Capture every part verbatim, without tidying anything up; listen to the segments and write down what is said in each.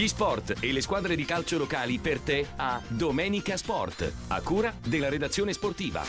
Gli sport e le squadre di calcio locali per te a Domenica Sport, a cura della redazione sportiva.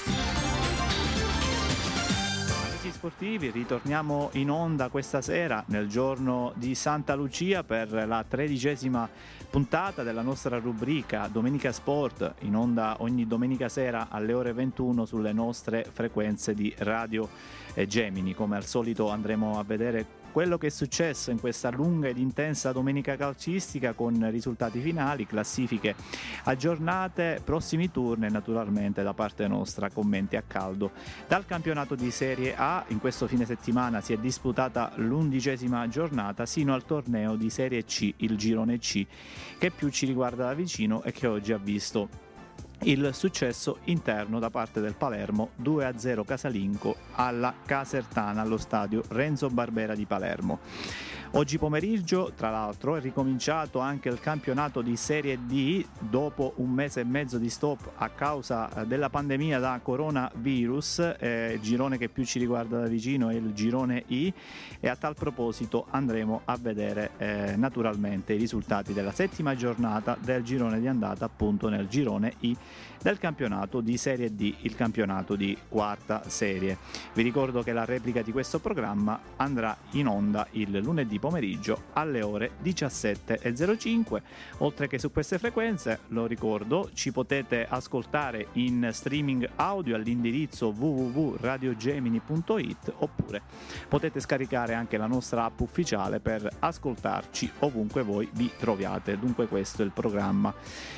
Amici sportivi, ritorniamo in onda questa sera nel giorno di Santa Lucia per la tredicesima puntata della nostra rubrica Domenica Sport, in onda ogni domenica sera alle ore ventuno sulle nostre frequenze di Radio Gemini. Come al solito andremo a vedere quello che è successo in questa lunga ed intensa domenica calcistica, con risultati finali, classifiche aggiornate, prossimi turni e naturalmente da parte nostra commenti a caldo. Dal campionato di Serie A in questo fine settimana si è disputata l'undicesima giornata sino al torneo di Serie C, il girone C, che più ci riguarda da vicino e che oggi ha visto il successo interno da parte del Palermo, due a zero casalingo alla Casertana allo stadio Renzo Barbera di Palermo. Oggi pomeriggio, tra l'altro, è ricominciato anche il campionato di Serie D dopo un mese e mezzo di stop a causa della pandemia da coronavirus. Eh, il girone che più ci riguarda da vicino è il girone I, e a tal proposito andremo a vedere eh, naturalmente i risultati della settima giornata del girone di andata, appunto nel girone I del campionato di Serie D, il campionato di quarta serie. Vi ricordo che la replica di questo programma andrà in onda il lunedì pomeriggio alle ore diciassette e zero cinque. Oltre che su queste frequenze, lo ricordo, ci potete ascoltare in streaming audio all'indirizzo w w w punto radiogemini punto it, oppure potete scaricare anche la nostra app ufficiale per ascoltarci ovunque voi vi troviate. Dunque questo è il programma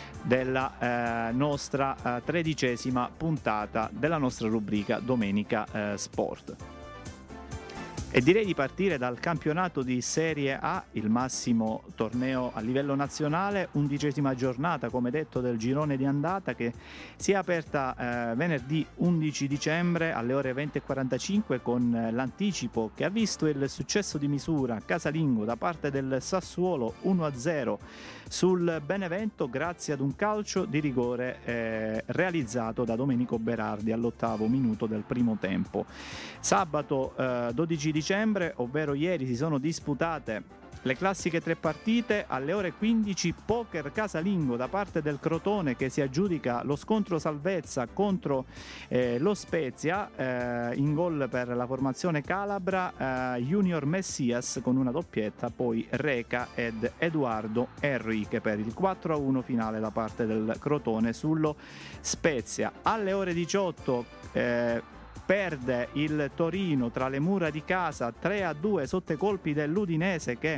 della eh, nostra eh, tredicesima puntata della nostra rubrica Domenica eh, Sport. E direi di partire dal campionato di Serie A, il massimo torneo a livello nazionale, undicesima giornata, come detto, del girone di andata, che si è aperta eh, venerdì undici dicembre alle ore venti e quarantacinque con eh, l'anticipo che ha visto il successo di misura casalingo da parte del Sassuolo uno a zero sul Benevento, grazie ad un calcio di rigore eh, realizzato da Domenico Berardi all'ottavo minuto del primo tempo. Sabato eh, dodici dicembre, ovvero ieri, si sono disputate le classiche tre partite. Alle ore quindici poker casalingo da parte del Crotone, che si aggiudica lo scontro salvezza contro eh, lo Spezia, eh, in gol per la formazione calabra eh, Junior Messias con una doppietta, poi Reca ed Edoardo Enrique per il quattro a uno finale da parte del Crotone sullo Spezia. Alle ore diciotto eh, perde il Torino tra le mura di casa tre a due sotto i colpi dell'Udinese, che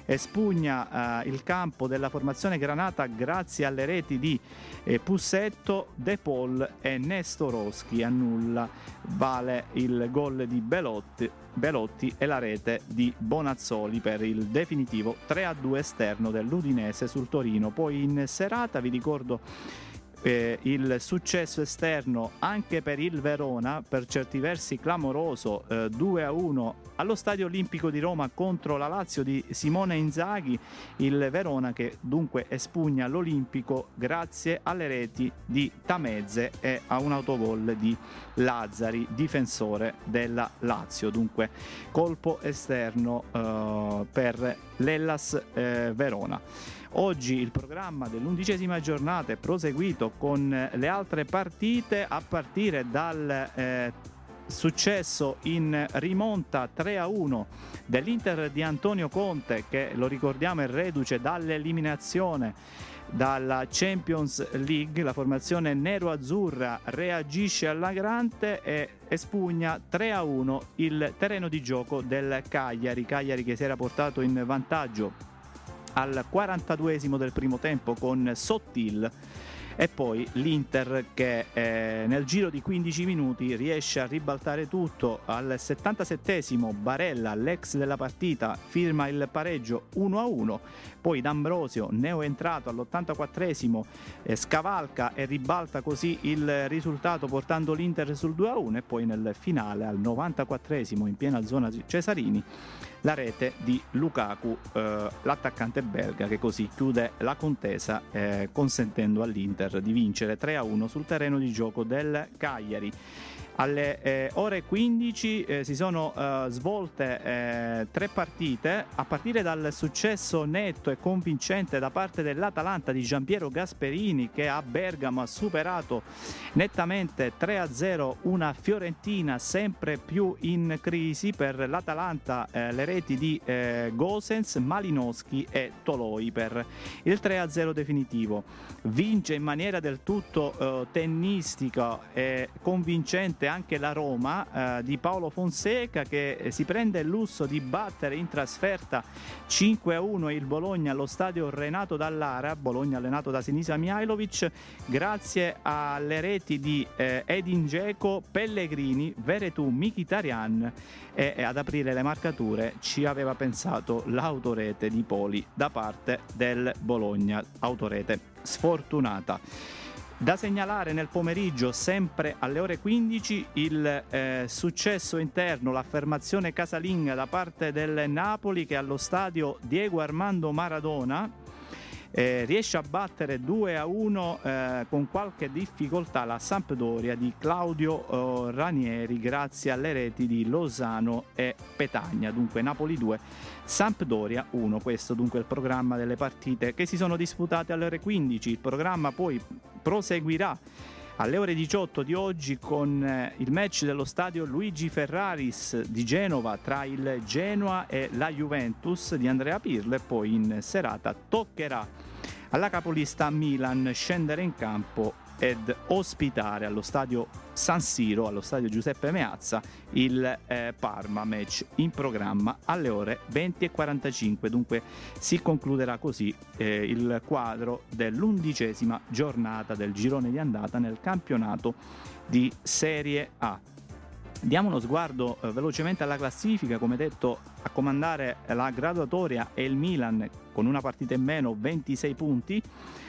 espugna eh, il campo della formazione granata grazie alle reti di eh, Pussetto, De Paul e Nestorowski. Annulla vale il gol di Belotti, Belotti e la rete di Bonazzoli per il definitivo tre a due esterno dell'Udinese sul Torino. Poi in serata vi ricordo Eh, il successo esterno anche per il Verona, per certi versi clamoroso, eh, due a uno allo Stadio Olimpico di Roma contro la Lazio di Simone Inzaghi. Il Verona che dunque espugna l'Olimpico grazie alle reti di Tamezze e a un autogol di Lazzari, difensore della Lazio. Dunque colpo esterno eh, per l'Hellas eh, Verona. Oggi il programma dell'undicesima giornata è proseguito con le altre partite, a partire dal eh, successo in rimonta tre a uno dell'Inter di Antonio Conte, che, lo ricordiamo, è reduce dall'eliminazione dalla Champions League. La formazione nero-azzurra reagisce alla grande e espugna tre a uno il terreno di gioco del Cagliari, Cagliari che si era portato in vantaggio al quarantaduesimo del primo tempo con Sottil, e poi l'Inter che eh, nel giro di quindici minuti riesce a ribaltare tutto. Al settantasettesimo Barella, l'ex della partita, firma il pareggio uno a uno, poi D'Ambrosio, neoentrato all'ottantaquattresimo, eh, scavalca e ribalta così il risultato portando l'Inter sul due a uno, e poi nel finale al novantaquattresimo, in piena zona Cesarini, la rete di Lukaku, eh, l'attaccante belga, che così chiude la contesa eh, consentendo all'Inter di vincere tre a uno sul terreno di gioco del Cagliari. Alle eh, ore quindici eh, si sono eh, svolte eh, tre partite, a partire dal successo netto e convincente da parte dell'Atalanta di Giampiero Gasperini, che a Bergamo ha superato nettamente tre a zero una Fiorentina sempre più in crisi. Per l'Atalanta eh, le reti di eh, Gosens, Malinowski e Toloi per il tre a zero definitivo. Vince in maniera del tutto eh, tennistica e convincente anche la Roma eh, di Paolo Fonseca, che eh, si prende il lusso di battere in trasferta cinque a uno il Bologna allo stadio Renato Dallara, Bologna allenato da Sinisa Mihajlovic, grazie alle reti di eh, Edin Dzeko, Pellegrini, Veretout, Mkhitaryan, e, e ad aprire le marcature ci aveva pensato l'autorete di Poli da parte del Bologna, autorete sfortunata. Da segnalare nel pomeriggio, sempre alle ore quindici, il eh, successo interno, l'affermazione casalinga da parte del Napoli, che allo stadio Diego Armando Maradona eh, riesce a battere due a uno eh, con qualche difficoltà la Sampdoria di Claudio eh, Ranieri, grazie alle reti di Lozano e Petagna. Dunque Napoli due, Sampdoria uno. Questo dunque è il programma delle partite che si sono disputate alle ore quindici. Il programma poi proseguirà alle ore diciotto di oggi con eh, il match dello stadio Luigi Ferraris di Genova tra il Genoa e la Juventus di Andrea Pirlo, e poi in serata toccherà alla capolista Milan scendere in campo ed ospitare allo stadio San Siro, allo stadio Giuseppe Meazza, il eh, Parma, match in programma alle ore venti e quarantacinque. Dunque si concluderà così eh, il quadro dell'undicesima giornata del girone di andata nel campionato di Serie A. Diamo uno sguardo eh, velocemente alla classifica. Come detto, a comandare la graduatoria è il Milan con una partita in meno, ventisei punti.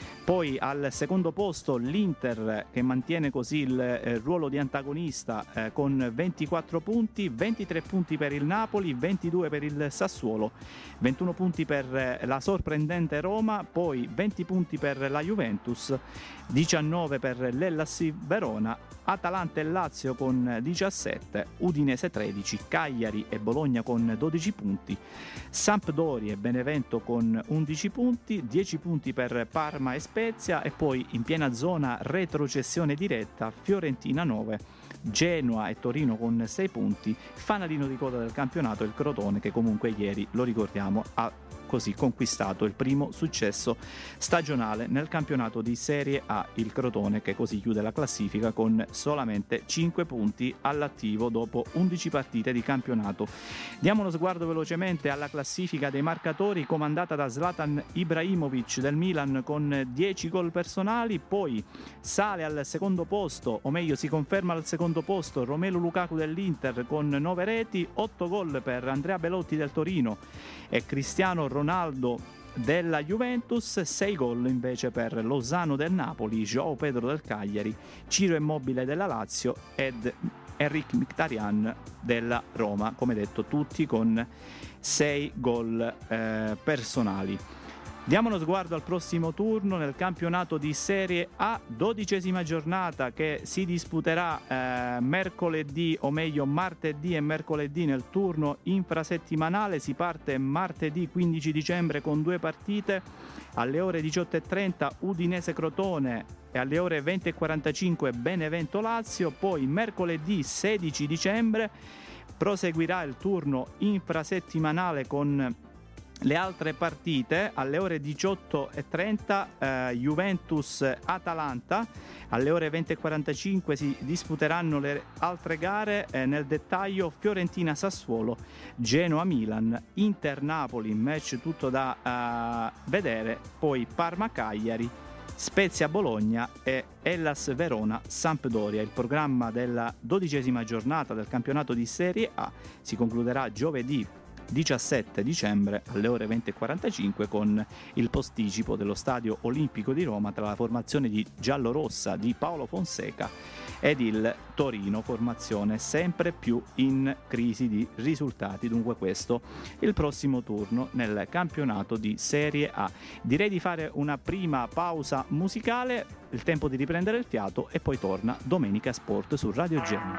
Poi al secondo posto l'Inter, che mantiene così il eh, ruolo di antagonista eh, con ventiquattro punti, ventitré punti per il Napoli, ventidue per il Sassuolo, ventuno punti per eh, la sorprendente Roma, poi venti punti per la Juventus, diciannove per l'Hellas Verona, Atalanta e Lazio con diciassette, Udinese tredici, Cagliari e Bologna con dodici punti, Sampdoria e Benevento con undici punti, dieci punti per Parma e Spezia, e poi in piena zona retrocessione diretta Fiorentina nove, Genoa e Torino con sei punti, fanalino di coda del campionato il Crotone, che comunque ieri, lo ricordiamo, ha così conquistato il primo successo stagionale nel campionato di Serie A, il Crotone, che così chiude la classifica con solamente cinque punti all'attivo dopo undici partite di campionato. Diamo uno sguardo velocemente alla classifica dei marcatori, comandata da Zlatan Ibrahimovic del Milan con dieci gol personali, poi sale al secondo posto, o meglio si conferma al secondo posto, Romelu Lukaku dell'Inter con nove reti, otto gol per Andrea Belotti del Torino e Cristiano Ronaldo della Juventus, sei gol invece per Lozano del Napoli, João Pedro del Cagliari, Ciro Immobile della Lazio ed Henrikh Mkhitaryan della Roma, come detto tutti con sei gol eh, personali. Diamo uno sguardo al prossimo turno nel campionato di Serie A, dodicesima giornata che si disputerà eh, mercoledì, o meglio martedì e mercoledì nel turno infrasettimanale. Si parte martedì quindici dicembre con due partite, alle ore diciotto e trenta Udinese Crotone e alle ore venti e quarantacinque Benevento Lazio. Poi mercoledì sedici dicembre proseguirà il turno infrasettimanale con le altre partite. Alle ore diciotto e trenta eh, Juventus-Atalanta, alle ore venti e quarantacinque si disputeranno le altre gare, eh, nel dettaglio Fiorentina-Sassuolo, Genoa-Milan, Inter-Napoli, match tutto da uh, vedere, poi Parma-Cagliari, Spezia-Bologna e Hellas Verona-Sampdoria. Il programma della dodicesima giornata del campionato di Serie A si concluderà giovedì diciassette dicembre alle ore venti e quarantacinque con il posticipo dello Stadio Olimpico di Roma tra la formazione di giallorossa di Paolo Fonseca ed il Torino, formazione sempre più in crisi di risultati. Dunque questo il prossimo turno nel campionato di Serie A. Direi di fare una prima pausa musicale, il tempo di riprendere il fiato, e poi torna Domenica Sport su Radio Gemini.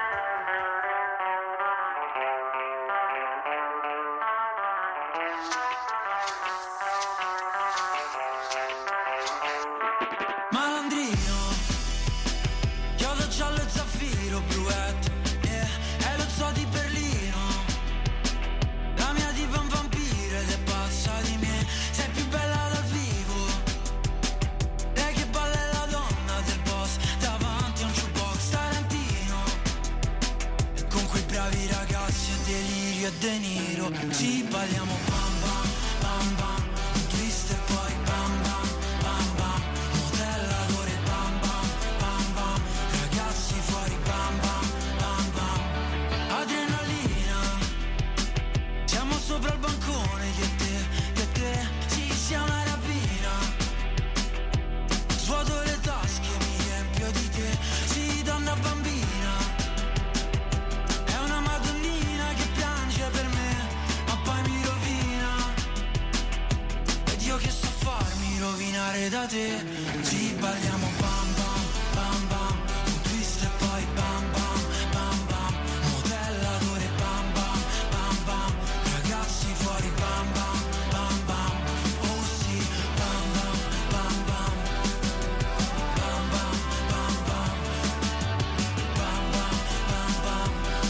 De Niro, ci balliamo bam bam, bam bam, un twist e poi bam bam, bam bam, modellatore bam bam, bam bam, ragazzi fuori bam bam, bam bam, adrenalina, siamo sopra il bancone che te, che te, ci sia una rapina, svuoto le tasche, mi riempio di te, sì donna bambina. Per me, ma poi mi rovina. Ed io che so farmi rovinare da te. Ci balliamo bam bam, bam bam, un twist e poi bam bam, bam bam, modellatore bam bam, bam bam, ragazzi fuori bam bam, bam bam, oh sì, bam bam, bam bam, bam bam, bam bam, bam bam, bam bam.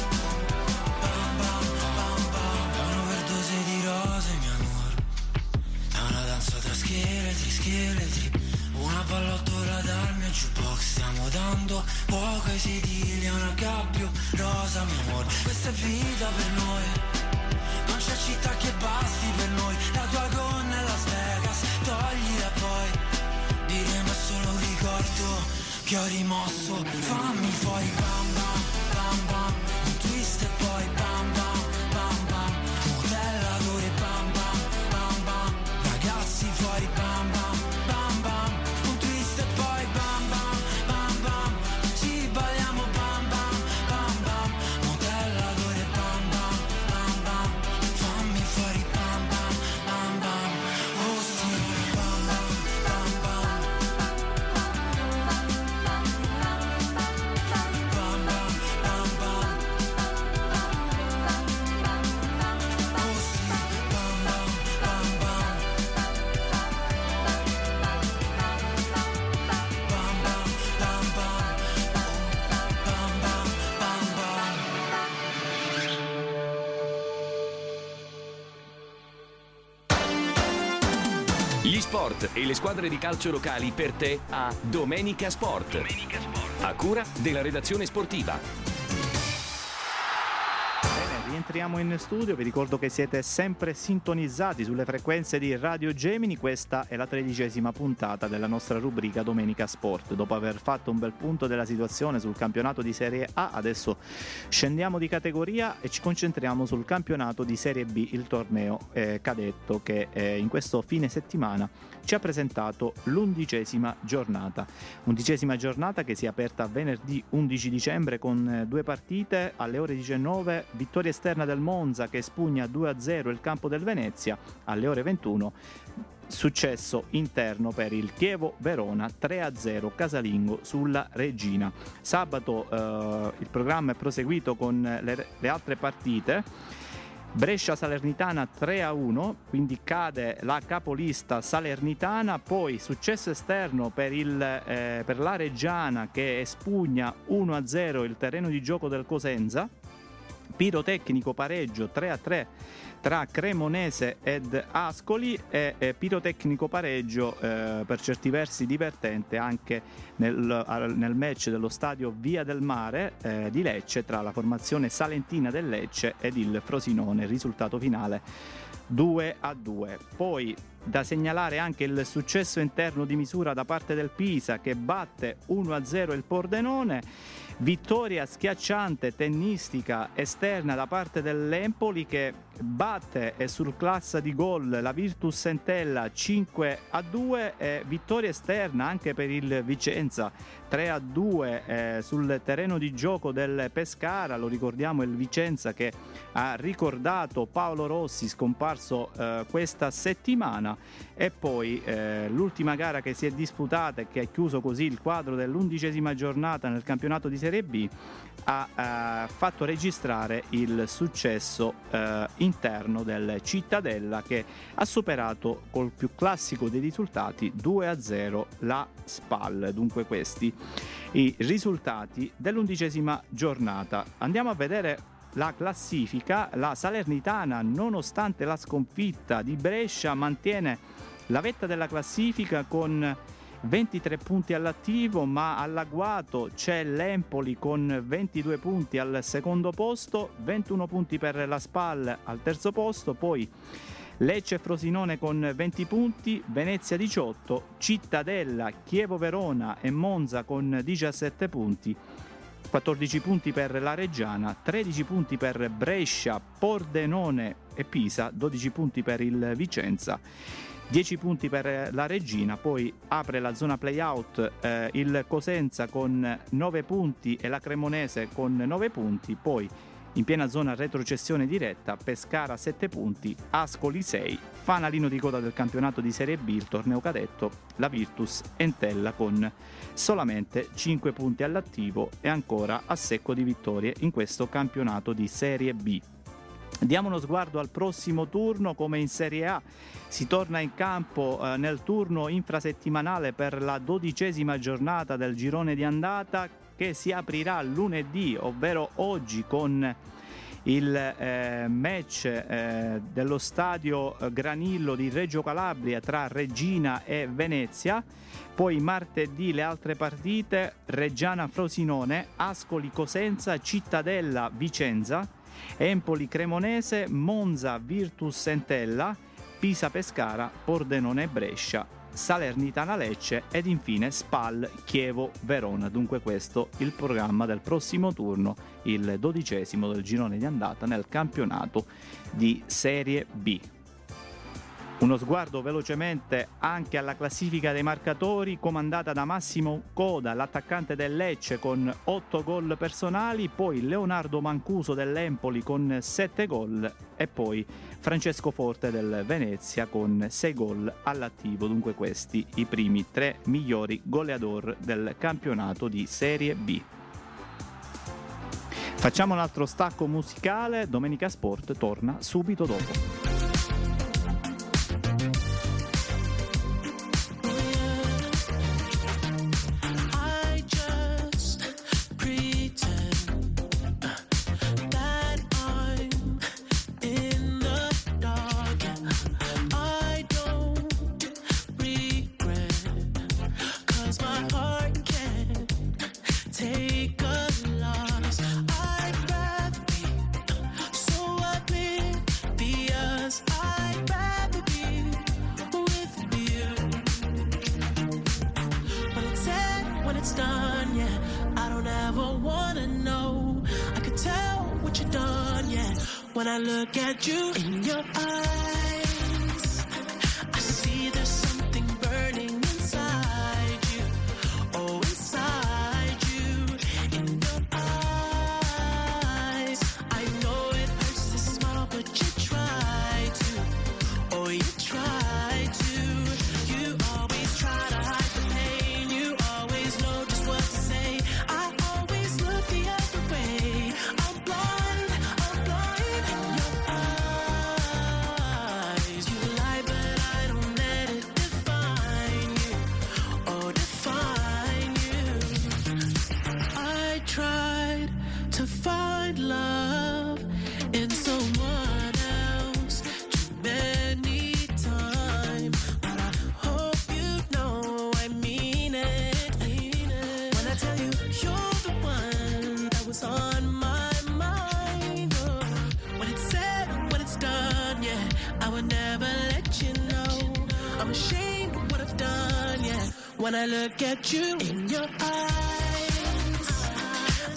Di rose, mio amor, è una danza tra scheletri, scheletri, una pallottola dal mio jukebox, stiamo dando fuoco ai sedili, a una gabbio rosa, mio amor, questa è vita per noi, non c'è città che basti per noi, la tua gonna è Las Vegas, toglila poi, diremo è solo un ricordo che ho rimosso, fammi fuori bam bam, bam bam, un twist e poi bam bam, bam bam, modellatore bam bam, bam bam, ragazzi fuori bam bam, bam bam, un twist e poi bam bam, bam bam, ci balliamo bam bam, bam bam, modellatore bam bam, bam bam, fammi fuori bam bam, bam bam, oh sì, bam bam, bam bam, bam bam, bam bam, oh sì, bam bam, bam bam, bam bam, bam bam, bam bam, bam bam. Gli sport e le squadre di calcio locali per te a Domenica Sport. Domenica Sport. A cura della redazione sportiva. Rientriamo in studio, vi ricordo che siete sempre sintonizzati sulle frequenze di Radio Gemini, questa è la tredicesima puntata della nostra rubrica Domenica Sport. Dopo aver fatto un bel punto della situazione sul campionato di Serie A, adesso scendiamo di categoria e ci concentriamo sul campionato di Serie B, il torneo eh, cadetto che eh, in questo fine settimana ci ha presentato l'undicesima giornata. Undicesima giornata che si è aperta venerdì undici dicembre con eh, due partite alle ore diciannove, vittoria esterna del Monza che espugna due a zero il campo del Venezia, alle ore ventuno successo interno per il Chievo Verona, tre a zero casalingo sulla Regina. Sabato eh, il programma è proseguito con le, le altre partite. Brescia Salernitana tre a uno, quindi cade la capolista salernitana. Poi successo esterno per, il, eh, per la Reggiana che espugna uno a zero il terreno di gioco del Cosenza. Pirotecnico pareggio tre a tre tra Cremonese ed Ascoli e eh, pirotecnico pareggio eh, per certi versi divertente anche nel, nel match dello stadio Via del Mare eh, di Lecce tra la formazione salentina del Lecce ed il Frosinone, risultato finale due a due. Poi da segnalare anche il successo interno di misura da parte del Pisa che batte uno a zero il Pordenone Vittoria schiacciante tennistica esterna da parte dell'Empoli che batte e surclassa di gol la Virtus Entella cinque a due e vittoria esterna anche per il Vicenza tre a due eh, sul terreno di gioco del Pescara. Lo ricordiamo, il Vicenza che ha ricordato Paolo Rossi, scomparso eh, questa settimana. E poi eh, l'ultima gara che si è disputata e che ha chiuso così il quadro dell'undicesima giornata nel campionato di Serie B ha eh, fatto registrare il successo eh, interno del Cittadella, che ha superato col più classico dei risultati due a zero la Spal. Dunque questi i risultati dell'undicesima giornata. Andiamo a vedere la classifica. La Salernitana, nonostante la sconfitta di Brescia, mantiene la vetta della classifica con ventitré punti all'attivo, ma all'agguato c'è l'Empoli con ventidue punti al secondo posto, ventuno punti per la Spal al terzo posto, poi Lecce e Frosinone con venti punti, Venezia diciotto, Cittadella, Chievo Verona e Monza con diciassette punti, quattordici punti per la Reggiana, tredici punti per Brescia, Pordenone e Pisa, dodici punti per il Vicenza, dieci punti per la Reggina. Poi apre la zona play-out eh, il Cosenza con nove punti e la Cremonese con nove punti. Poi in piena zona retrocessione diretta Pescara sette punti, Ascoli sei, fanalino di coda del campionato di Serie B, il torneo cadetto, la Virtus Entella con solamente cinque punti all'attivo e ancora a secco di vittorie in questo campionato di Serie B. Diamo uno sguardo al prossimo turno. Come in Serie A si torna in campo eh, nel turno infrasettimanale per la dodicesima giornata del girone di andata, che si aprirà lunedì, ovvero oggi, con il eh, match eh, dello stadio Granillo di Reggio Calabria tra Reggina e Venezia. Poi martedì le altre partite: Reggiana Frosinone, Ascoli Cosenza, Cittadella Vicenza, Empoli Cremonese, Monza Virtus Entella, Pisa Pescara, Pordenone Brescia, Salernitana Lecce ed infine Spal Chievo Verona. Dunque questo il programma del prossimo turno, il dodicesimo del girone di andata nel campionato di Serie B. Uno sguardo velocemente anche alla classifica dei marcatori, comandata da Massimo Coda, l'attaccante del Lecce, con otto gol personali, poi Leonardo Mancuso dell'Empoli con sette gol e poi Francesco Forte del Venezia con sei gol all'attivo. Dunque questi i primi tre migliori goleador del campionato di Serie B. Facciamo un altro stacco musicale, Domenica Sport torna subito dopo. When I look at you in your eyes, I see there's something burning inside you. Oh, inside you, in your eyes. I know it hurts to smile, but you try to. Oh, you try to. You always try to hide the pain. You always know just what to say. I always look the other way. I'm blind, I'm blind. To find love in someone else too many times, but I hope you know I mean it, I mean it. When I tell you you're the one that was on my mind, oh, when it's said, when it's done, yeah, I would never let you know. I'm ashamed of what I've done, yeah, when I look at you in your eyes.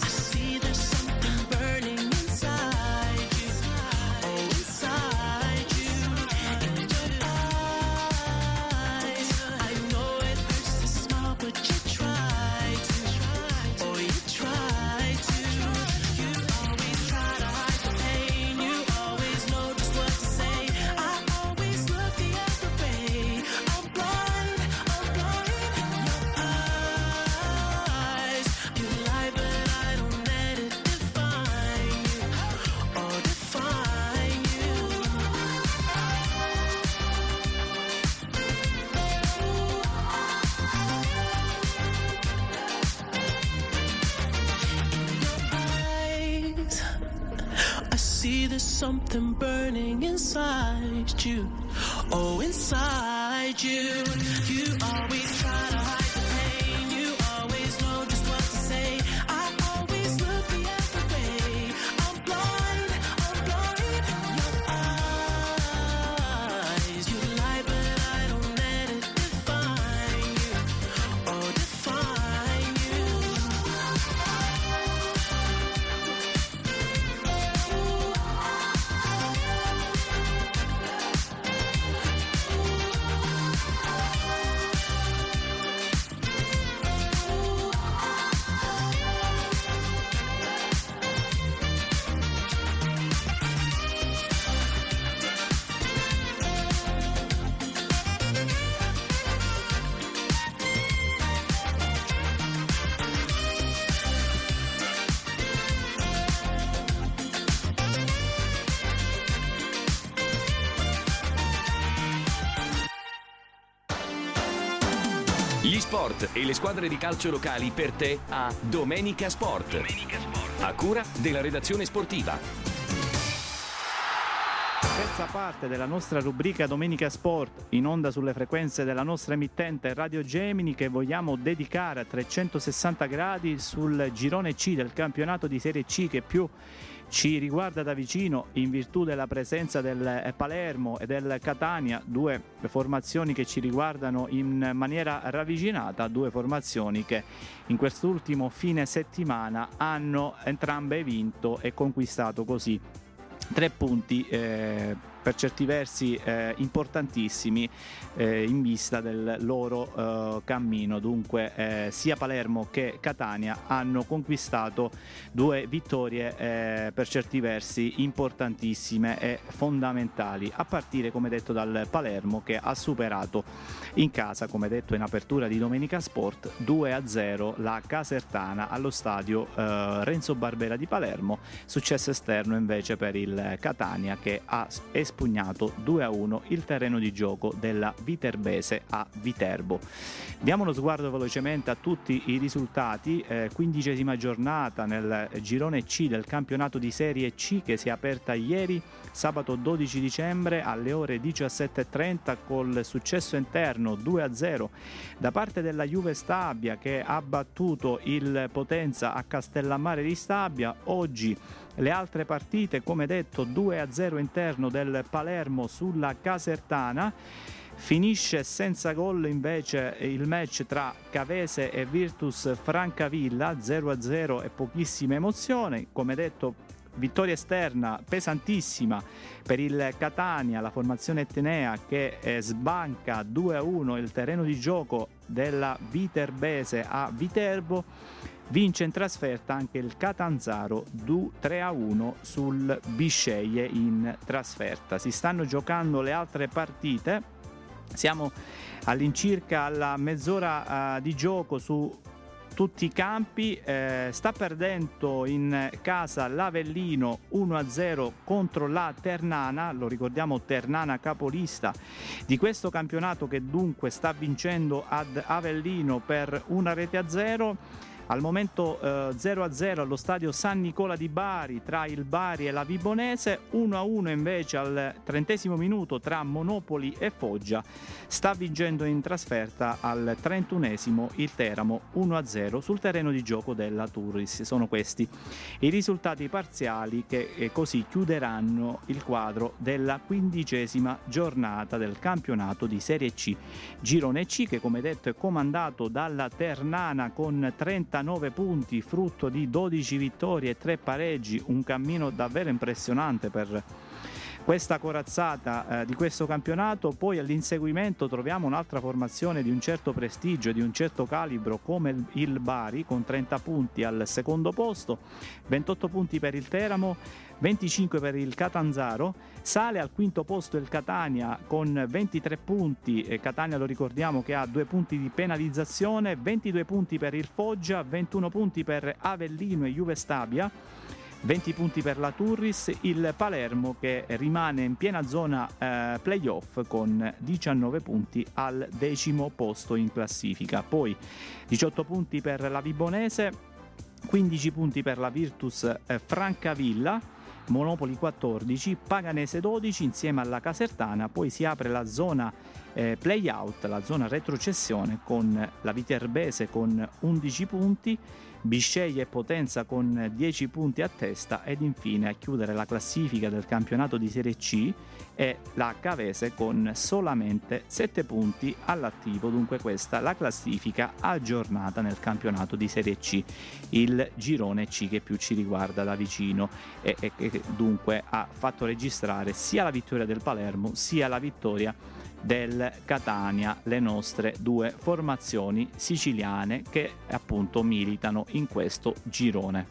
see there's something burning inside you. Oh, inside you. You always try to hide the pain. You always know just what to say. I always look the other way. I'm blind, I'm blind. Your eyes, you lie, but I don't let it define you. Oh, define you. Gli sport e le squadre di calcio locali per te a Domenica Sport. Domenica Sport. A cura della redazione sportiva. Terza parte della nostra rubrica Domenica Sport, in onda sulle frequenze della nostra emittente Radio Gemini, che vogliamo dedicare a trecentosessanta gradi sul girone C del campionato di Serie C, che più ci riguarda da vicino in virtù della presenza del Palermo e del Catania, due formazioni che ci riguardano in maniera ravvicinata, due formazioni che in quest'ultimo fine settimana hanno entrambe vinto e conquistato così tre punti eh, per certi versi eh, importantissimi eh, in vista del loro eh, cammino. Dunque eh, sia Palermo che Catania hanno conquistato due vittorie eh, per certi versi importantissime e fondamentali, a partire, come detto, dal Palermo, che ha superato in casa, come detto in apertura di Domenica Sport, due a zero la Casertana allo stadio eh, Renzo Barbera di Palermo. Successo esterno invece per il Catania, che ha espugnato due a uno il terreno di gioco della Viterbese a Viterbo. Diamo uno sguardo velocemente a tutti i risultati. Eh, quindicesima giornata nel girone C del campionato di Serie C, che si è aperta ieri, sabato dodici dicembre alle ore diciassette e trenta, col successo interno due a zero da parte della Juve Stabia, che ha battuto il Potenza a Castellammare di Stabia. Oggi le altre partite, come detto, due a zero interno del Palermo sulla Casertana. Finisce senza gol invece il match tra Cavese e Virtus Francavilla, zero a zero e pochissima emozione. Come detto, vittoria esterna pesantissima per il Catania, la formazione etnea, che eh, sbanca due a uno il terreno di gioco della Viterbese a Viterbo. Vince in trasferta anche il Catanzaro tre a uno sul Bisceglie in trasferta. Si stanno giocando le altre partite. Siamo all'incirca alla mezz'ora uh, di gioco su tutti i campi. Eh, sta perdendo in casa l'Avellino uno a zero contro la Ternana. Lo ricordiamo, Ternana capolista di questo campionato, che dunque sta vincendo ad Avellino per una rete a zero. Al momento eh, zero a zero allo stadio San Nicola di Bari tra il Bari e la Vibonese, uno a uno invece al trentesimo minuto tra Monopoli e Foggia. Sta vincendo in trasferta al trentunesimo il Teramo uno a zero sul terreno di gioco della Turris. Sono questi i risultati parziali che eh, così chiuderanno il quadro della quindicesima giornata del campionato di Serie C. Girone C, che come detto è comandato dalla Ternana con trentanove punti, frutto di dodici vittorie e tre pareggi, un cammino davvero impressionante per questa corazzata eh, di questo campionato. Poi all'inseguimento troviamo un'altra formazione di un certo prestigio e di un certo calibro come il, il Bari, con trenta punti al secondo posto, ventotto punti per il Teramo, venticinque per il Catanzaro. Sale al quinto posto il Catania con ventitré punti, e Catania, lo ricordiamo, che ha due punti di penalizzazione, ventidue punti per il Foggia, ventuno punti per Avellino e Juve Stabia, venti punti per la Turris. Il Palermo, che rimane in piena zona eh, playoff con diciannove punti al decimo posto in classifica. Poi diciotto punti per la Vibonese, quindici punti per la Virtus eh, Francavilla, Monopoli quattordici, Paganese dodici insieme alla Casertana. Poi si apre la zona eh, play-out, la zona retrocessione, con la Viterbese con undici punti, Bisceglie e Potenza con dieci punti a testa, ed infine a chiudere la classifica del campionato di Serie C è la Cavese con solamente sette punti all'attivo. Dunque questa la classifica aggiornata nel campionato di Serie C, il girone C che più ci riguarda da vicino, e che dunque ha fatto registrare sia la vittoria del Palermo sia la vittoria del Catania, le nostre due formazioni siciliane che appunto militano in questo girone.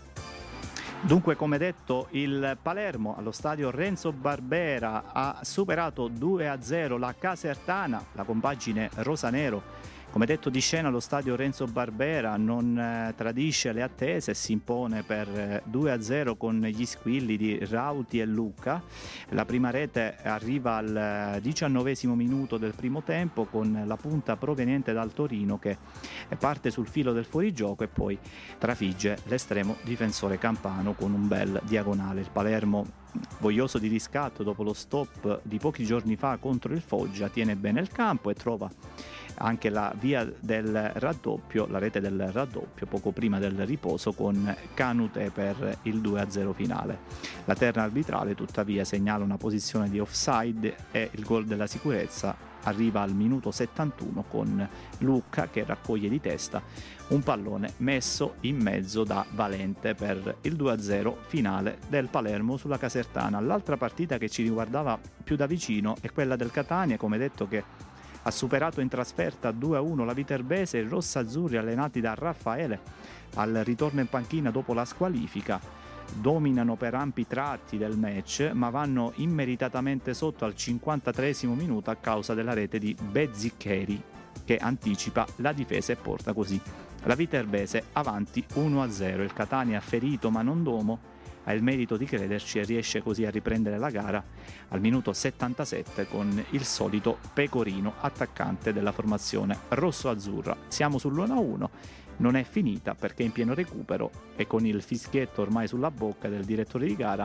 Dunque, come detto, il Palermo allo stadio Renzo Barbera ha superato due a zero la Casertana, la compagine rosanero. Come detto, di scena lo stadio Renzo Barbera non eh, tradisce le attese e si impone per eh, due a zero con gli squilli di Rauti e Lucca. La prima rete arriva al diciannovesimo minuto del primo tempo con la punta proveniente dal Torino che parte sul filo del fuorigioco e poi trafigge l'estremo difensore campano con un bel diagonale. Il Palermo, voglioso di riscatto dopo lo stop di pochi giorni fa contro il Foggia, tiene bene il campo e trova anche la via del raddoppio, la rete del raddoppio poco prima del riposo con Canute per il due a zero finale. La terna arbitrale tuttavia segnala una posizione di offside e il gol della sicurezza arriva al minuto settantuno con Lucca che raccoglie di testa un pallone messo in mezzo da Valente per il due a zero finale del Palermo sulla Casertana. L'altra partita che ci riguardava più da vicino è quella del Catania, come detto, che ha superato in trasferta due a uno la Viterbese e i rossazzurri allenati da Raffaele al ritorno in panchina dopo la squalifica. Dominano per ampi tratti del match, ma vanno immeritatamente sotto al cinquantatreesimo minuto a causa della rete di Bezziccheri che anticipa la difesa e porta così la Viterbese avanti uno a zero. Il Catania, ferito ma non domo, ha il merito di crederci e riesce così a riprendere la gara al minuto settantasette con il solito Pecorino, attaccante della formazione rosso-azzurra. Siamo sull'uno a uno, non è finita perché in pieno recupero e con il fischietto ormai sulla bocca del direttore di gara,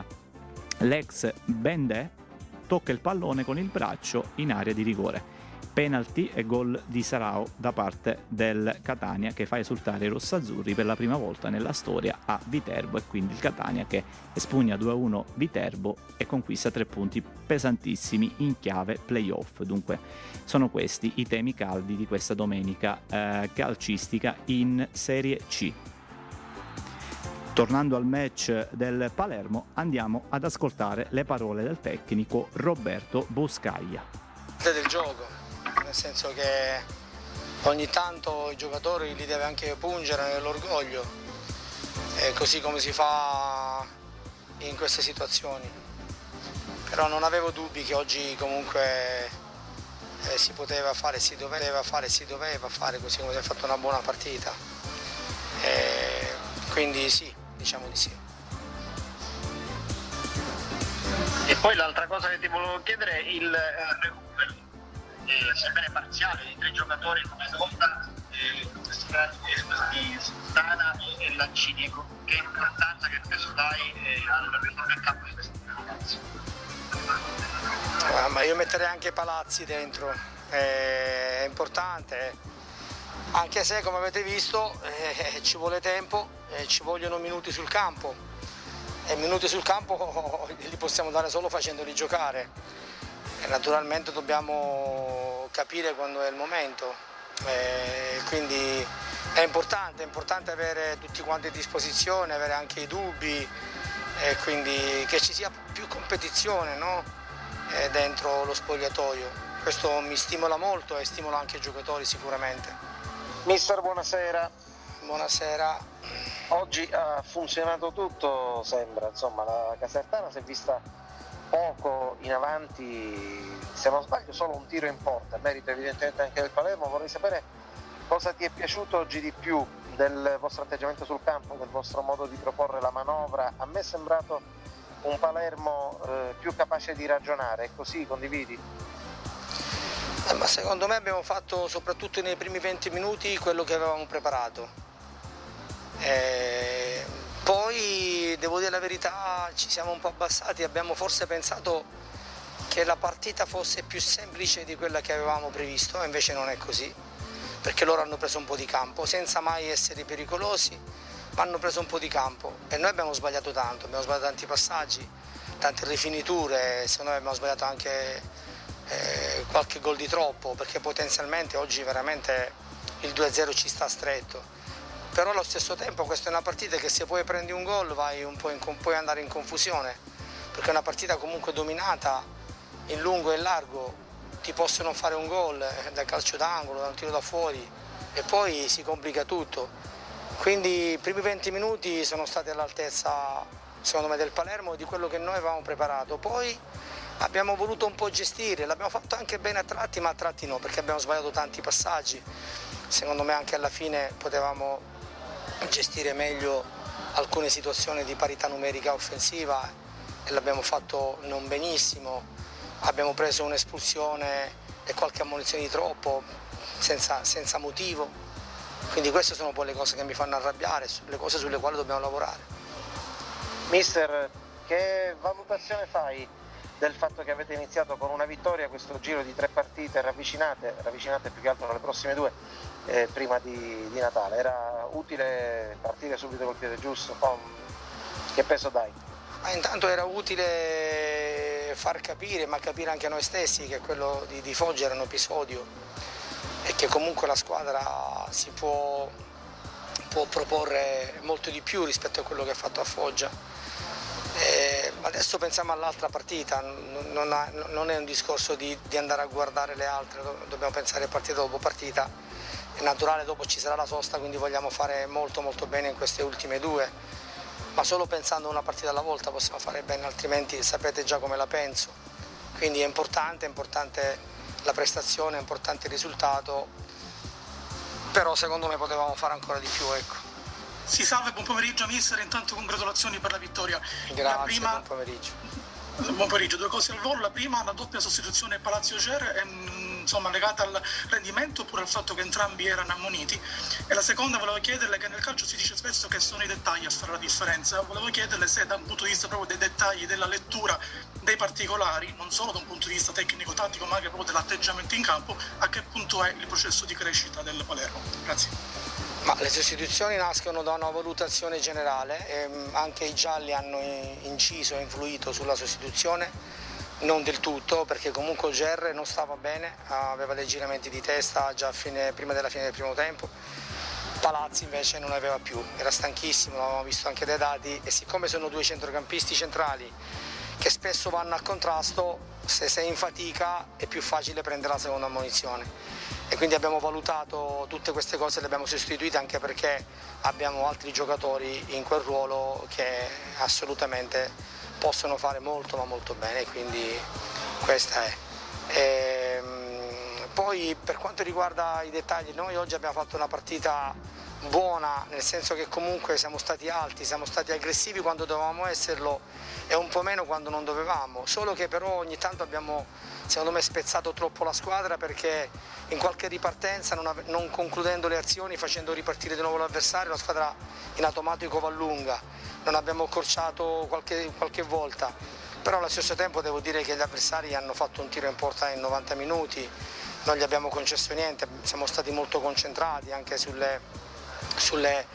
l'ex Bendè tocca il pallone con il braccio in area di rigore. Penalty e gol di Sarao da parte del Catania che fa esultare i rossazzurri per la prima volta nella storia a Viterbo, e quindi il Catania che espugna due a uno Viterbo e conquista tre punti pesantissimi in chiave playoff. Dunque sono questi i temi caldi di questa domenica eh, calcistica in Serie C. Tornando al match del Palermo, andiamo ad ascoltare le parole del tecnico Roberto Boscaglia. Del gioco, nel senso che ogni tanto i giocatori li deve anche pungere nell'orgoglio, eh, così come si fa in queste situazioni. Però non avevo dubbi che oggi comunque eh, si poteva fare, si doveva fare, si doveva fare, così come si è fatto una buona partita. Eh, quindi sì, diciamo di sì. E poi l'altra cosa che ti volevo chiedere è il eh, recupero, eh, sebbene parziale, di tre giocatori come Sonda, eh, questi Stana e, e Lancini. Ecco, che importanza che spesso dai eh, al ritorno in campo di questi ragazzi? Ah, ma io metterei anche Palazzi dentro, eh, è importante, anche se come avete visto eh, ci vuole tempo, eh, ci vogliono minuti sul campo. E minuti sul campo li possiamo dare solo facendoli giocare e naturalmente dobbiamo capire quando è il momento, e quindi è importante, è importante avere tutti quanti a disposizione, avere anche i dubbi e quindi che ci sia più competizione, no? E dentro lo spogliatoio. Questo mi stimola molto e stimola anche i giocatori sicuramente. Mister, buonasera. Buonasera. Oggi ha funzionato tutto, sembra, insomma, la Casertana si è vista poco in avanti, se non sbaglio solo un tiro in porta, merito evidentemente anche del Palermo. Vorrei sapere cosa ti è piaciuto oggi di più del vostro atteggiamento sul campo, del vostro modo di proporre la manovra. A me è sembrato un Palermo eh, più capace di ragionare, è così, condividi? Eh, ma secondo me abbiamo fatto soprattutto nei primi venti minuti quello che avevamo preparato. Eh, Poi devo dire la verità, ci siamo un po' abbassati, abbiamo forse pensato che la partita fosse più semplice di quella che avevamo previsto, e invece non è così, perché loro hanno preso un po' di campo, senza mai essere pericolosi, ma hanno preso un po' di campo e noi abbiamo sbagliato tanto, abbiamo sbagliato tanti passaggi, tante rifiniture, secondo me abbiamo sbagliato anche eh, qualche gol di troppo, perché potenzialmente oggi veramente il due a zero ci sta stretto. Però allo stesso tempo questa è una partita che se poi prendi un gol vai un po' in, puoi andare in confusione, perché è una partita comunque dominata in lungo e in largo, ti possono fare un gol dal calcio d'angolo, da un tiro da fuori e poi si complica tutto. Quindi i primi venti minuti sono stati all'altezza secondo me del Palermo, di quello che noi avevamo preparato. Poi abbiamo voluto un po' gestire, l'abbiamo fatto anche bene a tratti, ma a tratti no, perché abbiamo sbagliato tanti passaggi. Secondo me anche alla fine potevamo gestire meglio alcune situazioni di parità numerica offensiva e l'abbiamo fatto non benissimo. Abbiamo preso un'espulsione e qualche ammonizione di troppo senza, senza motivo, quindi queste sono poi le cose che mi fanno arrabbiare, le cose sulle quali dobbiamo lavorare. Mister, che valutazione fai del fatto che avete iniziato con una vittoria questo giro di tre partite ravvicinate, ravvicinate più che altro nelle prossime due, eh, prima di, di Natale? Era utile partire subito col piede giusto? Oh, che peso dai? Ma intanto era utile far capire, ma capire anche a noi stessi, che quello di, di Foggia era un episodio e che comunque la squadra si può, può proporre molto di più rispetto a quello che ha fatto a Foggia. E adesso pensiamo all'altra partita, non, ha, non è un discorso di, di andare a guardare le altre, dobbiamo pensare partita dopo partita. È naturale, dopo ci sarà la sosta, quindi vogliamo fare molto molto bene in queste ultime due, ma solo pensando una partita alla volta possiamo fare bene, altrimenti sapete già come la penso. Quindi è importante, è importante la prestazione, è importante il risultato, però secondo me potevamo fare ancora di più, ecco. Si salve, buon pomeriggio mister, intanto congratulazioni per la vittoria. Grazie, la prima... buon pomeriggio. Buon pomeriggio, due cose al volo. La prima, la doppia sostituzione Palazzo Ger è insomma legata al rendimento oppure al fatto che entrambi erano ammoniti? E la seconda, volevo chiederle, che nel calcio si dice spesso che sono i dettagli a fare la differenza. Volevo chiederle se da un punto di vista proprio dei dettagli, della lettura dei particolari, non solo da un punto di vista tecnico-tattico ma anche proprio dell'atteggiamento in campo, a che punto è il processo di crescita del Palermo? Grazie. Ma le sostituzioni nascono da una valutazione generale, e anche i gialli hanno inciso e influito sulla sostituzione, non del tutto, perché comunque Ger non stava bene, aveva dei giramenti di testa già a fine, prima della fine del primo tempo. Palazzi invece non aveva più, era stanchissimo, l'avevamo visto anche dai dati, e siccome sono due centrocampisti centrali che spesso vanno a contrasto, se sei in fatica è più facile prendere la seconda ammonizione. E quindi abbiamo valutato tutte queste cose e le abbiamo sostituite, anche perché abbiamo altri giocatori in quel ruolo che assolutamente possono fare molto ma molto bene, quindi questa è. E, poi per quanto riguarda i dettagli, noi oggi abbiamo fatto una partita buona, nel senso che comunque siamo stati alti, siamo stati aggressivi quando dovevamo esserlo e un po' meno quando non dovevamo, solo che però ogni tanto abbiamo, secondo me, spezzato troppo la squadra, perché in qualche ripartenza, non, ave- non concludendo le azioni, facendo ripartire di nuovo l'avversario, la squadra in automatico va lunga, non abbiamo accorciato qualche, qualche volta, però allo stesso tempo devo dire che gli avversari hanno fatto un tiro in porta in novanta minuti, non gli abbiamo concesso niente, siamo stati molto concentrati anche sulle, sulle,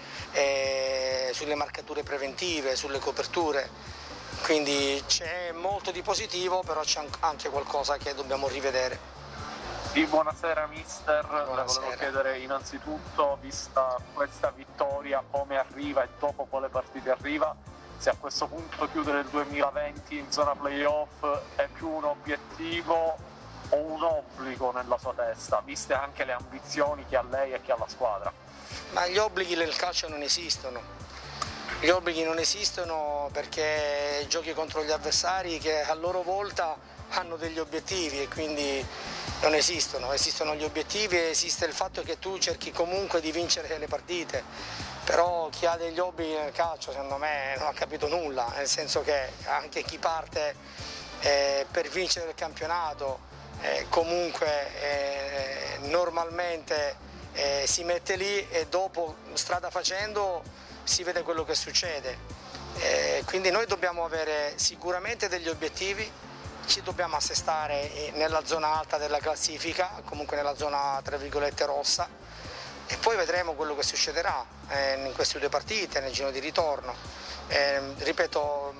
eh, sulle marcature preventive, sulle coperture, quindi c'è molto di positivo, però c'è anche qualcosa che dobbiamo rivedere. Sì, buonasera mister, Buonasera. Le volevo chiedere innanzitutto, vista questa vittoria, come arriva e dopo quale partite arriva, se a questo punto chiudere il duemilaventi in zona playoff è più un obiettivo o un obbligo nella sua testa, viste anche le ambizioni che ha lei e che ha la squadra. Ma gli obblighi nel calcio non esistono, gli obblighi non esistono perché giochi contro gli avversari che a loro volta hanno degli obiettivi e quindi non esistono, esistono gli obiettivi e esiste il fatto che tu cerchi comunque di vincere le partite, però chi ha degli obblighi nel calcio secondo me non ha capito nulla, nel senso che anche chi parte eh, per vincere il campionato eh, comunque eh, normalmente eh, si mette lì e dopo strada facendo si vede quello che succede. Eh, quindi noi dobbiamo avere sicuramente degli obiettivi, ci dobbiamo assestare nella zona alta della classifica, comunque nella zona tra virgolette rossa, e poi vedremo quello che succederà eh, in queste due partite, nel giro di ritorno. Eh, ripeto,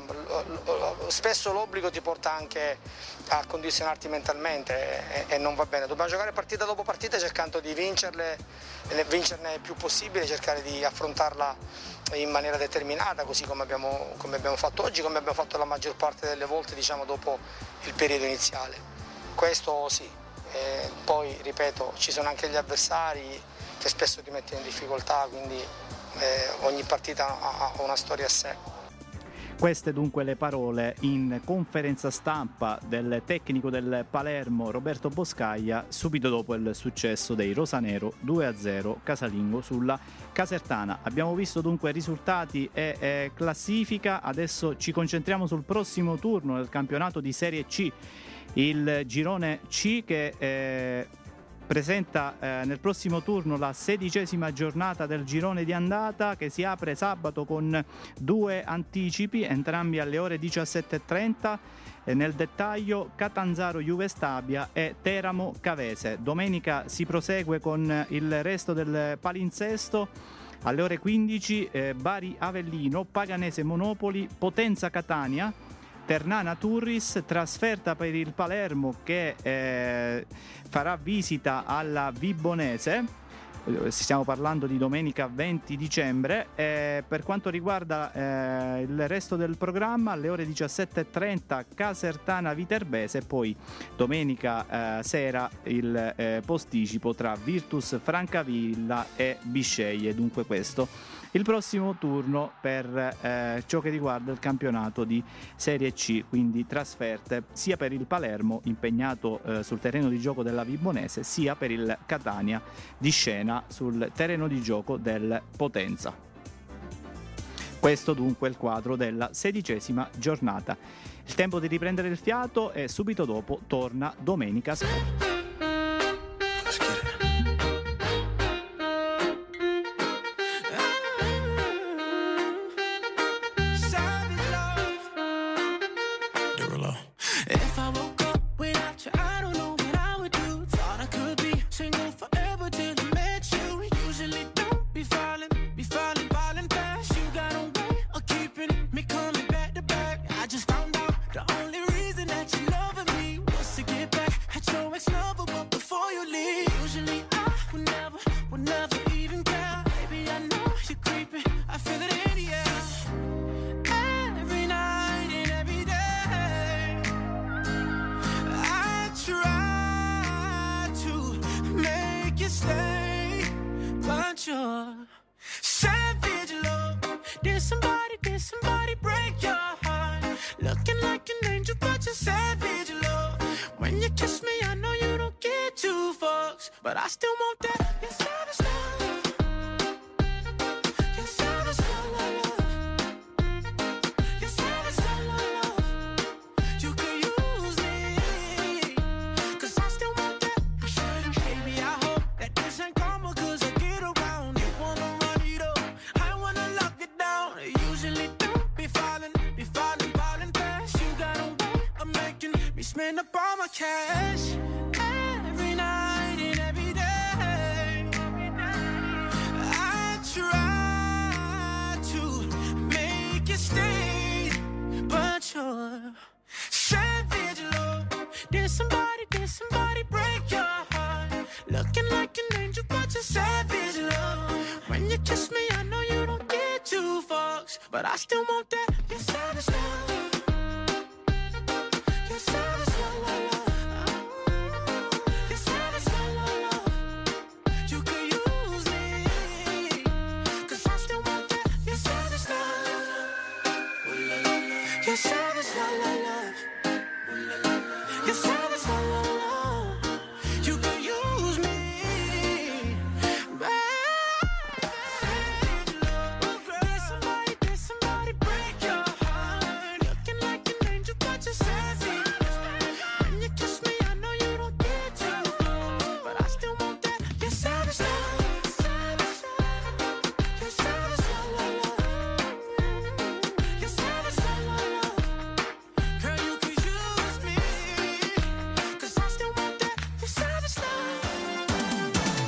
spesso l'obbligo ti porta anche a condizionarti mentalmente e, e non va bene. Dobbiamo giocare partita dopo partita cercando di vincerle, vincerne il più possibile, cercare di affrontarla in maniera determinata, così come abbiamo, come abbiamo fatto oggi, come abbiamo fatto la maggior parte delle volte, diciamo, dopo il periodo iniziale. Questo sì. Eh, poi ripeto, ci sono anche gli avversari che spesso ti mettono in difficoltà, quindi eh, ogni partita ha, ha una storia a sé. Queste dunque le parole in conferenza stampa del tecnico del Palermo Roberto Boscaglia subito dopo il successo dei rosanero due a zero casalingo sulla Casertana. Abbiamo visto dunque risultati e, e classifica, adesso ci concentriamo sul prossimo turno del campionato di Serie C, il girone C che eh, presenta eh, nel prossimo turno la sedicesima giornata del girone di andata, che si apre sabato con due anticipi, entrambi alle ore diciassette e trenta. E nel dettaglio Catanzaro Juve Stabia e Teramo Cavese. Domenica si prosegue con il resto del palinsesto. Alle ore quindici eh, Bari Avellino, Paganese Monopoli, Potenza Catania, Ternana Turris, trasferta per il Palermo che eh, farà visita alla Vibonese. Stiamo parlando di domenica venti dicembre. Eh, per quanto riguarda eh, il resto del programma, alle ore diciassette e trenta Casertana Viterbese, poi domenica eh, sera il eh, posticipo tra Virtus Francavilla e Bisceglie. Dunque questo il prossimo turno per eh, ciò che riguarda il campionato di Serie C, quindi trasferte sia per il Palermo impegnato eh, sul terreno di gioco della Vibonese, sia per il Catania di Scena sul terreno di gioco del Potenza. Questo dunque è il quadro della sedicesima giornata. Il tempo di riprendere il fiato e subito dopo torna Domenica Sport.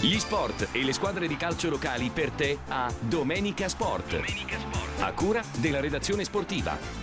Gli sport e le squadre di calcio locali per te a Domenica Sport. Domenica Sport. A cura della redazione sportiva.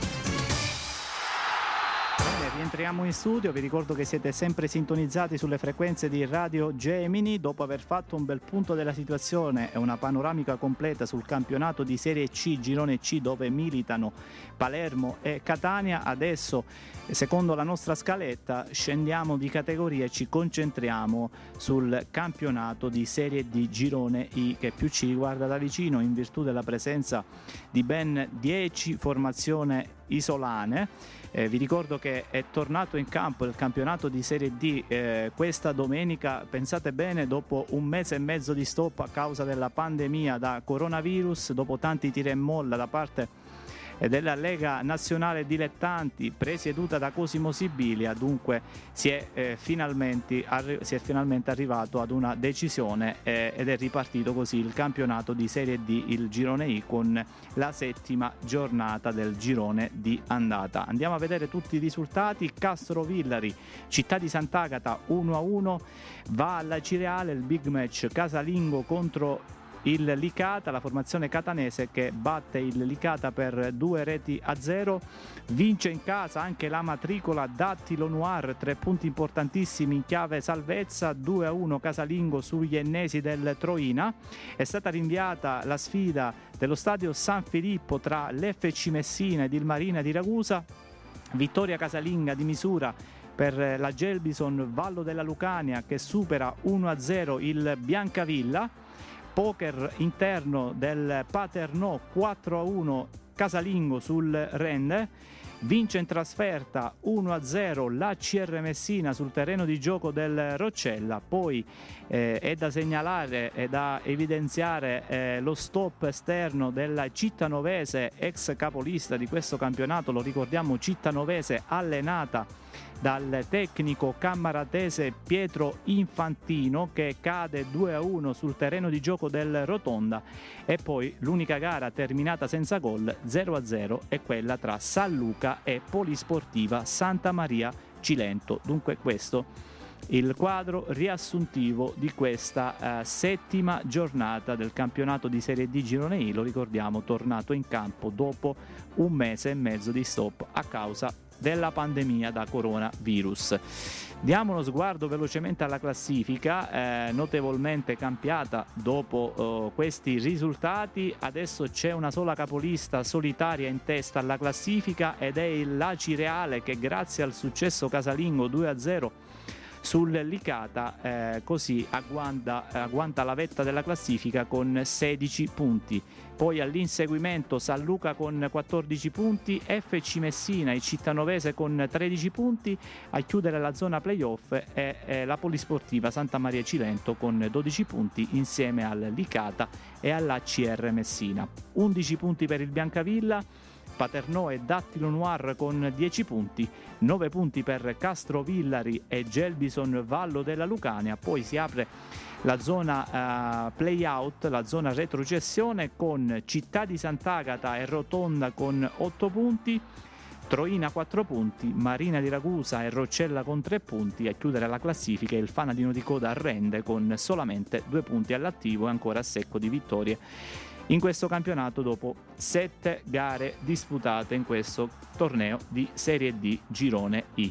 Rientriamo in studio, vi ricordo che siete sempre sintonizzati sulle frequenze di Radio Gemini. Dopo aver fatto un bel punto della situazione e una panoramica completa sul campionato di Serie C, Girone C, dove militano Palermo e Catania, adesso secondo la nostra scaletta scendiamo di categoria e ci concentriamo sul campionato di Serie D Girone I, che più ci riguarda da vicino in virtù della presenza di ben dieci formazioni isolane. Eh, vi ricordo che è tornato in campo il campionato di Serie D eh, questa domenica, pensate bene, dopo un mese e mezzo di stop a causa della pandemia da coronavirus, dopo tanti tira e molla da parte della Lega Nazionale Dilettanti presieduta da Cosimo Sibilia. Dunque si è, eh, finalmente, arri- si è finalmente arrivato ad una decisione eh, ed è ripartito così il campionato di Serie D, il Girone I, con la settima giornata del girone di andata. Andiamo a vedere tutti i risultati. Castrovillari, Città di Sant'Agata uno a uno, va alla Cireale il big match casalingo contro il Licata, la formazione catanese che batte il Licata per due reti a zero. Vince in casa anche la matricola Dattilo Noir, tre punti importantissimi in chiave salvezza, due a uno casalingo sugli ennesi del Troina. È stata rinviata la sfida dello stadio San Filippo tra l'F C Messina ed il Marina di Ragusa. Vittoria casalinga di misura per la Gelbison Vallo della Lucania, che supera uno a zero il Biancavilla. Poker interno del Paternò quattro a uno casalingo sul Rende. Vince in trasferta uno a zero la C R Messina sul terreno di gioco del Roccella. Poi eh, è da segnalare e da evidenziare eh, lo stop esterno della Cittanovese, ex capolista di questo campionato, lo ricordiamo, Cittanovese allenata dal tecnico cammaratese Pietro Infantino, che cade due a uno sul terreno di gioco del Rotonda. E poi l'unica gara terminata senza gol, zero a zero, è quella tra San Luca e Polisportiva Santa Maria Cilento. Dunque questo il quadro riassuntivo di questa eh, settima giornata del campionato di Serie D Girone I, lo ricordiamo, tornato in campo dopo un mese e mezzo di stop a causa della pandemia da coronavirus. Diamo uno sguardo velocemente alla classifica, eh, notevolmente cambiata dopo eh, questi risultati. Adesso c'è una sola capolista solitaria in testa alla classifica ed è il Laci Reale, che grazie al successo casalingo due a zero sul Licata eh, così agguanta, agguanta la vetta della classifica con sedici punti. Poi all'inseguimento San Luca con quattordici punti, F C Messina e Cittanovese con tredici punti, a chiudere la zona playoff è, è la Polisportiva Santa Maria Cilento con dodici punti insieme al Licata e alla C R Messina. undici punti per il Biancavilla, Paternò e Dattilo Noir con dieci punti, nove punti per Castrovillari e Gelbison Vallo della Lucania. Poi si apre la zona uh, play-out, la zona retrocessione, con Città di Sant'Agata e Rotonda con otto punti, Troina quattro punti, Marina di Ragusa e Roccella con tre punti. A chiudere la classifica il Fanadino di Coda Rende con solamente due punti all'attivo e ancora a secco di vittorie in questo campionato dopo sette gare disputate in questo torneo di Serie D Girone I.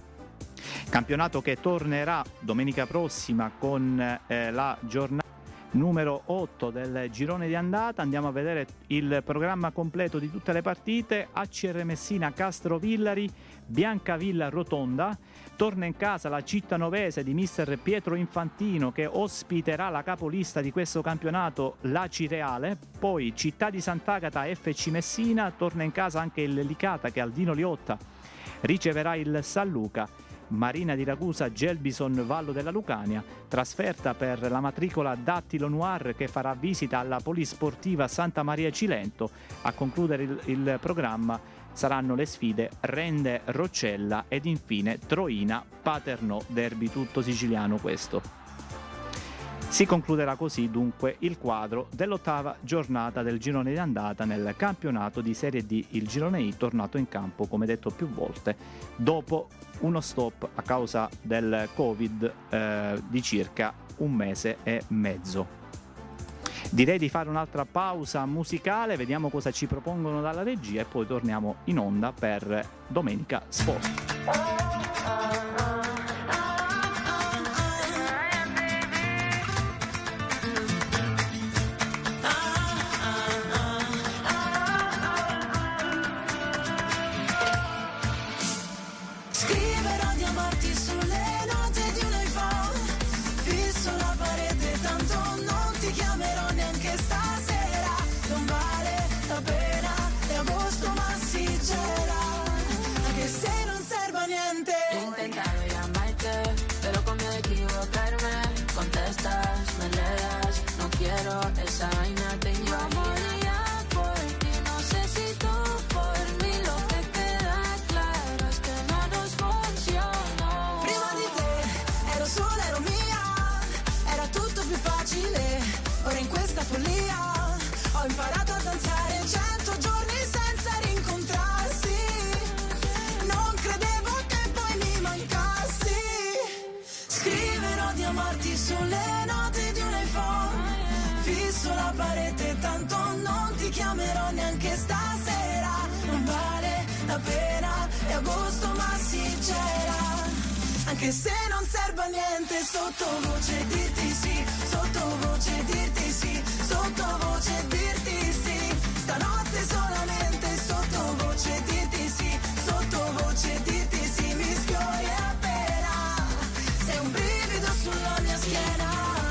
Campionato che tornerà domenica prossima con eh, la giornata numero otto del girone di andata. Andiamo a vedere il programma completo di tutte le partite. A C R Messina Castrovillari, Biancavilla Rotonda. Torna in casa la Cittanovese di mister Pietro Infantino, che ospiterà la capolista di questo campionato, la Cireale. Poi Città di Sant'Agata F C Messina. Torna in casa anche il Licata, che Aldino Liotta riceverà il San Luca. Marina di Ragusa Gelbison Vallo della Lucania. Trasferta per la matricola Dattilo Noir, che farà visita alla Polisportiva Santa Maria Cilento. A concludere il, il programma saranno le sfide Rende Roccella ed infine Troina Paternò, derby tutto siciliano questo. Si concluderà così dunque il quadro dell'ottava giornata del girone di andata nel campionato di Serie D. Il girone I tornato in campo, come detto più volte, dopo uno stop a causa del Covid eh, di circa un mese e mezzo. Direi di fare un'altra pausa musicale, vediamo cosa ci propongono dalla regia e poi torniamo in onda per Domenica Sport. Esa vaina te yo moría por ti, no sé si tú por mí, lo que queda claro es que no nos funzionò. Prima di te ero sola, ero mia, era tutto più facile, ora in questa follia ho imparato a danzare cento giorni senza rincontrarsi, non credevo che poi mi mancassi, scriverò di amarti sulle note di un iPhone, fisso la parete, tanto non ti chiamerò neanche stasera, non vale la pena, è agosto ma si gela, anche se non serve a niente, sottovoce dirti sì, sottovoce dirti sì, sottovoce dirti sì, stanotte solamente sottovoce dirti sì, sottovoce dirti sì, mi sfiori appena, sei un brivido sulla mia schiena.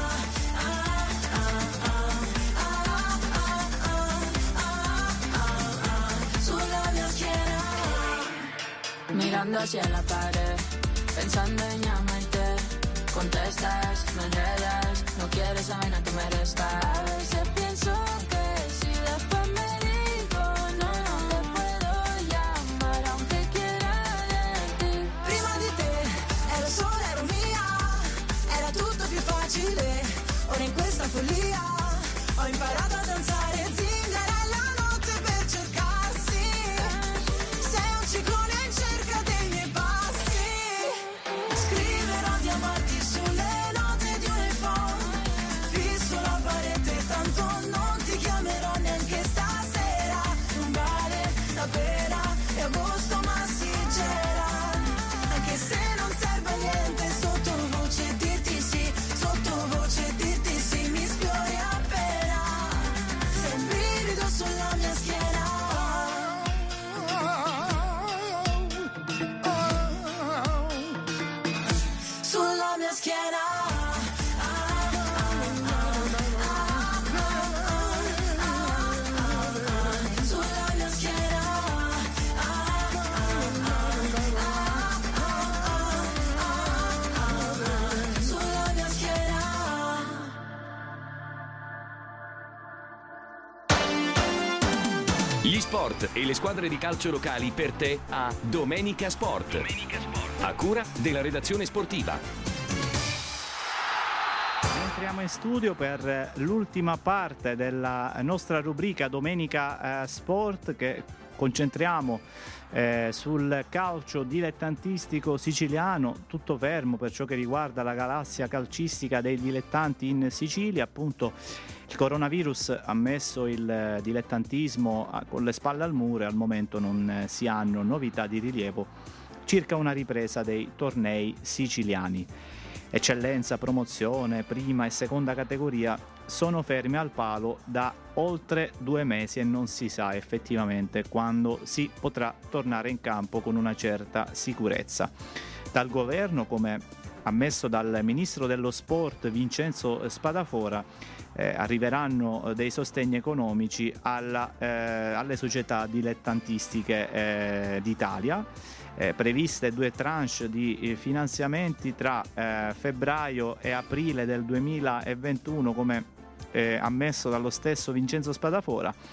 Mirando hacia la pared, pensando en llamarte, contestas, me enredas, no quieres esa vaina que me resta. A veces pienso que si después me digo no, no te puedo llamar aunque quiera de ti. Prima di te ero sola, ero mia, era tutto più facile, ora in questa follia ho imparato a danzare zingara la notte per cercarsi, sei un ciclone in cerca dei miei passi, scriverò di amarti sulle note di un iPhone, fisso la parete, tanto non ti chiamerò neanche stasera, non vale la pena, è agosto ma si gela, anche se non serve a niente, sottovoce dirti sì, sottovoce dirti sì, mi sfiori appena, sei un brivido sulla mia schiena. Sulla mia schiena. Sulla mia schiena. Sulla mia schiena. Gli sport e le squadre di calcio locali per te a Domenica Sport. Domenica Sport. A cura della redazione sportiva. Entriamo in studio per l'ultima parte della nostra rubrica Domenica eh, Sport, che concentriamo eh, sul calcio dilettantistico siciliano, tutto fermo per ciò che riguarda la galassia calcistica dei dilettanti in Sicilia. Appunto il coronavirus ha messo il dilettantismo con le spalle al muro e al momento non si hanno novità di rilievo circa una ripresa dei tornei siciliani. Eccellenza, promozione, prima e seconda categoria sono fermi al palo da oltre due mesi e non si sa effettivamente quando si potrà tornare in campo con una certa sicurezza. Dal governo, come ammesso dal ministro dello sport Vincenzo Spadafora, eh, arriveranno dei sostegni economici alla, eh, alle società dilettantistiche eh, d'Italia. Eh, previste due tranche di eh, finanziamenti tra eh, febbraio e aprile del duemilaventuno, come eh, ammesso dallo stesso Vincenzo Spadafora.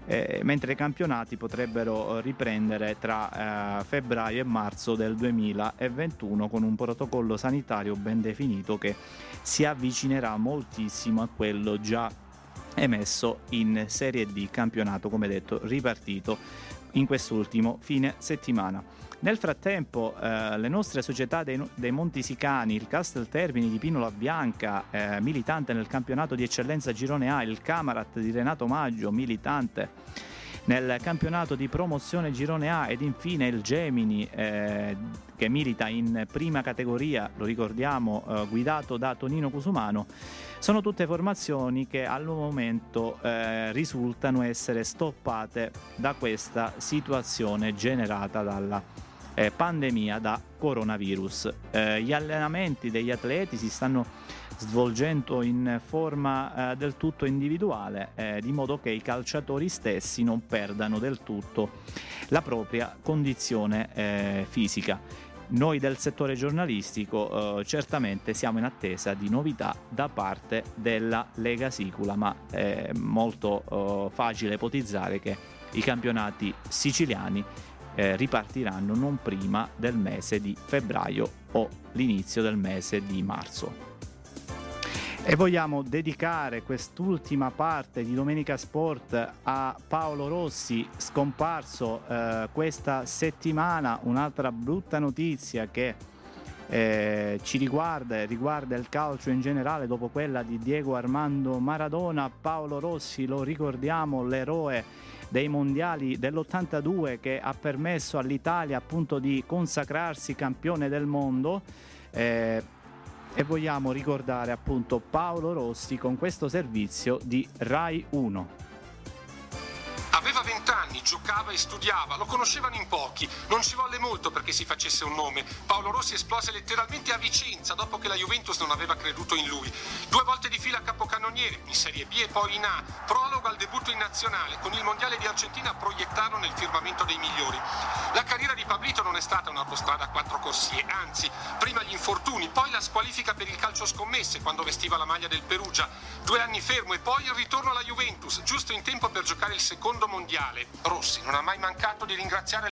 eh, mentre i campionati potrebbero riprendere tra eh, febbraio e marzo del duemilaventuno con un protocollo sanitario ben definito che si avvicinerà moltissimo a quello già emesso in Serie D, campionato come detto ripartito in quest'ultimo fine settimana. Nel frattempo eh, le nostre società dei, dei Montisicani, il Casteltervini di Pinola Bianca, eh, militante nel campionato di eccellenza Girone A, il Camarat di Renato Maggio, militante nel campionato di promozione Girone A, ed infine il Gemini eh, che milita in prima categoria, lo ricordiamo, eh, guidato da Tonino Cusumano. Sono tutte formazioni che al momento eh, risultano essere stoppate da questa situazione generata dalla eh, pandemia da coronavirus. Eh, gli allenamenti degli atleti si stanno svolgendo in forma eh, del tutto individuale, eh, di modo che i calciatori stessi non perdano del tutto la propria condizione eh, fisica. Noi del settore giornalistico eh, certamente siamo in attesa di novità da parte della Lega Sicula, ma è molto eh, facile ipotizzare che i campionati siciliani eh, ripartiranno non prima del mese di febbraio o l'inizio del mese di marzo. E vogliamo dedicare quest'ultima parte di Domenica Sport a Paolo Rossi, scomparso eh, questa settimana. Un'altra brutta notizia che eh, ci riguarda e riguarda il calcio in generale, dopo quella di Diego Armando Maradona. Paolo Rossi, lo ricordiamo, l'eroe dei mondiali dell'ottantadue, che ha permesso all'Italia appunto di consacrarsi campione del mondo. Eh, E vogliamo ricordare appunto Paolo Rossi con questo servizio di Rai uno. Aveva vent'anni, giocava e studiava, lo conoscevano in pochi, non ci volle molto perché si facesse un nome. Paolo Rossi esplose letteralmente a Vicenza dopo che la Juventus non aveva creduto in lui. Due volte di fila capocannoniere, in Serie B e poi in A, prologo al debutto in nazionale, con il Mondiale di Argentina a proiettarlo nel firmamento dei migliori. La carriera di Pablito non è stata un'autostrada a quattro corsie, anzi, prima gli infortuni, poi la squalifica per il calcio scommesse quando vestiva la maglia del Perugia, due anni fermo e poi il ritorno alla Juventus, giusto in tempo per giocare il secondo mondiale. Rossi non ha mai mancato di ringraziare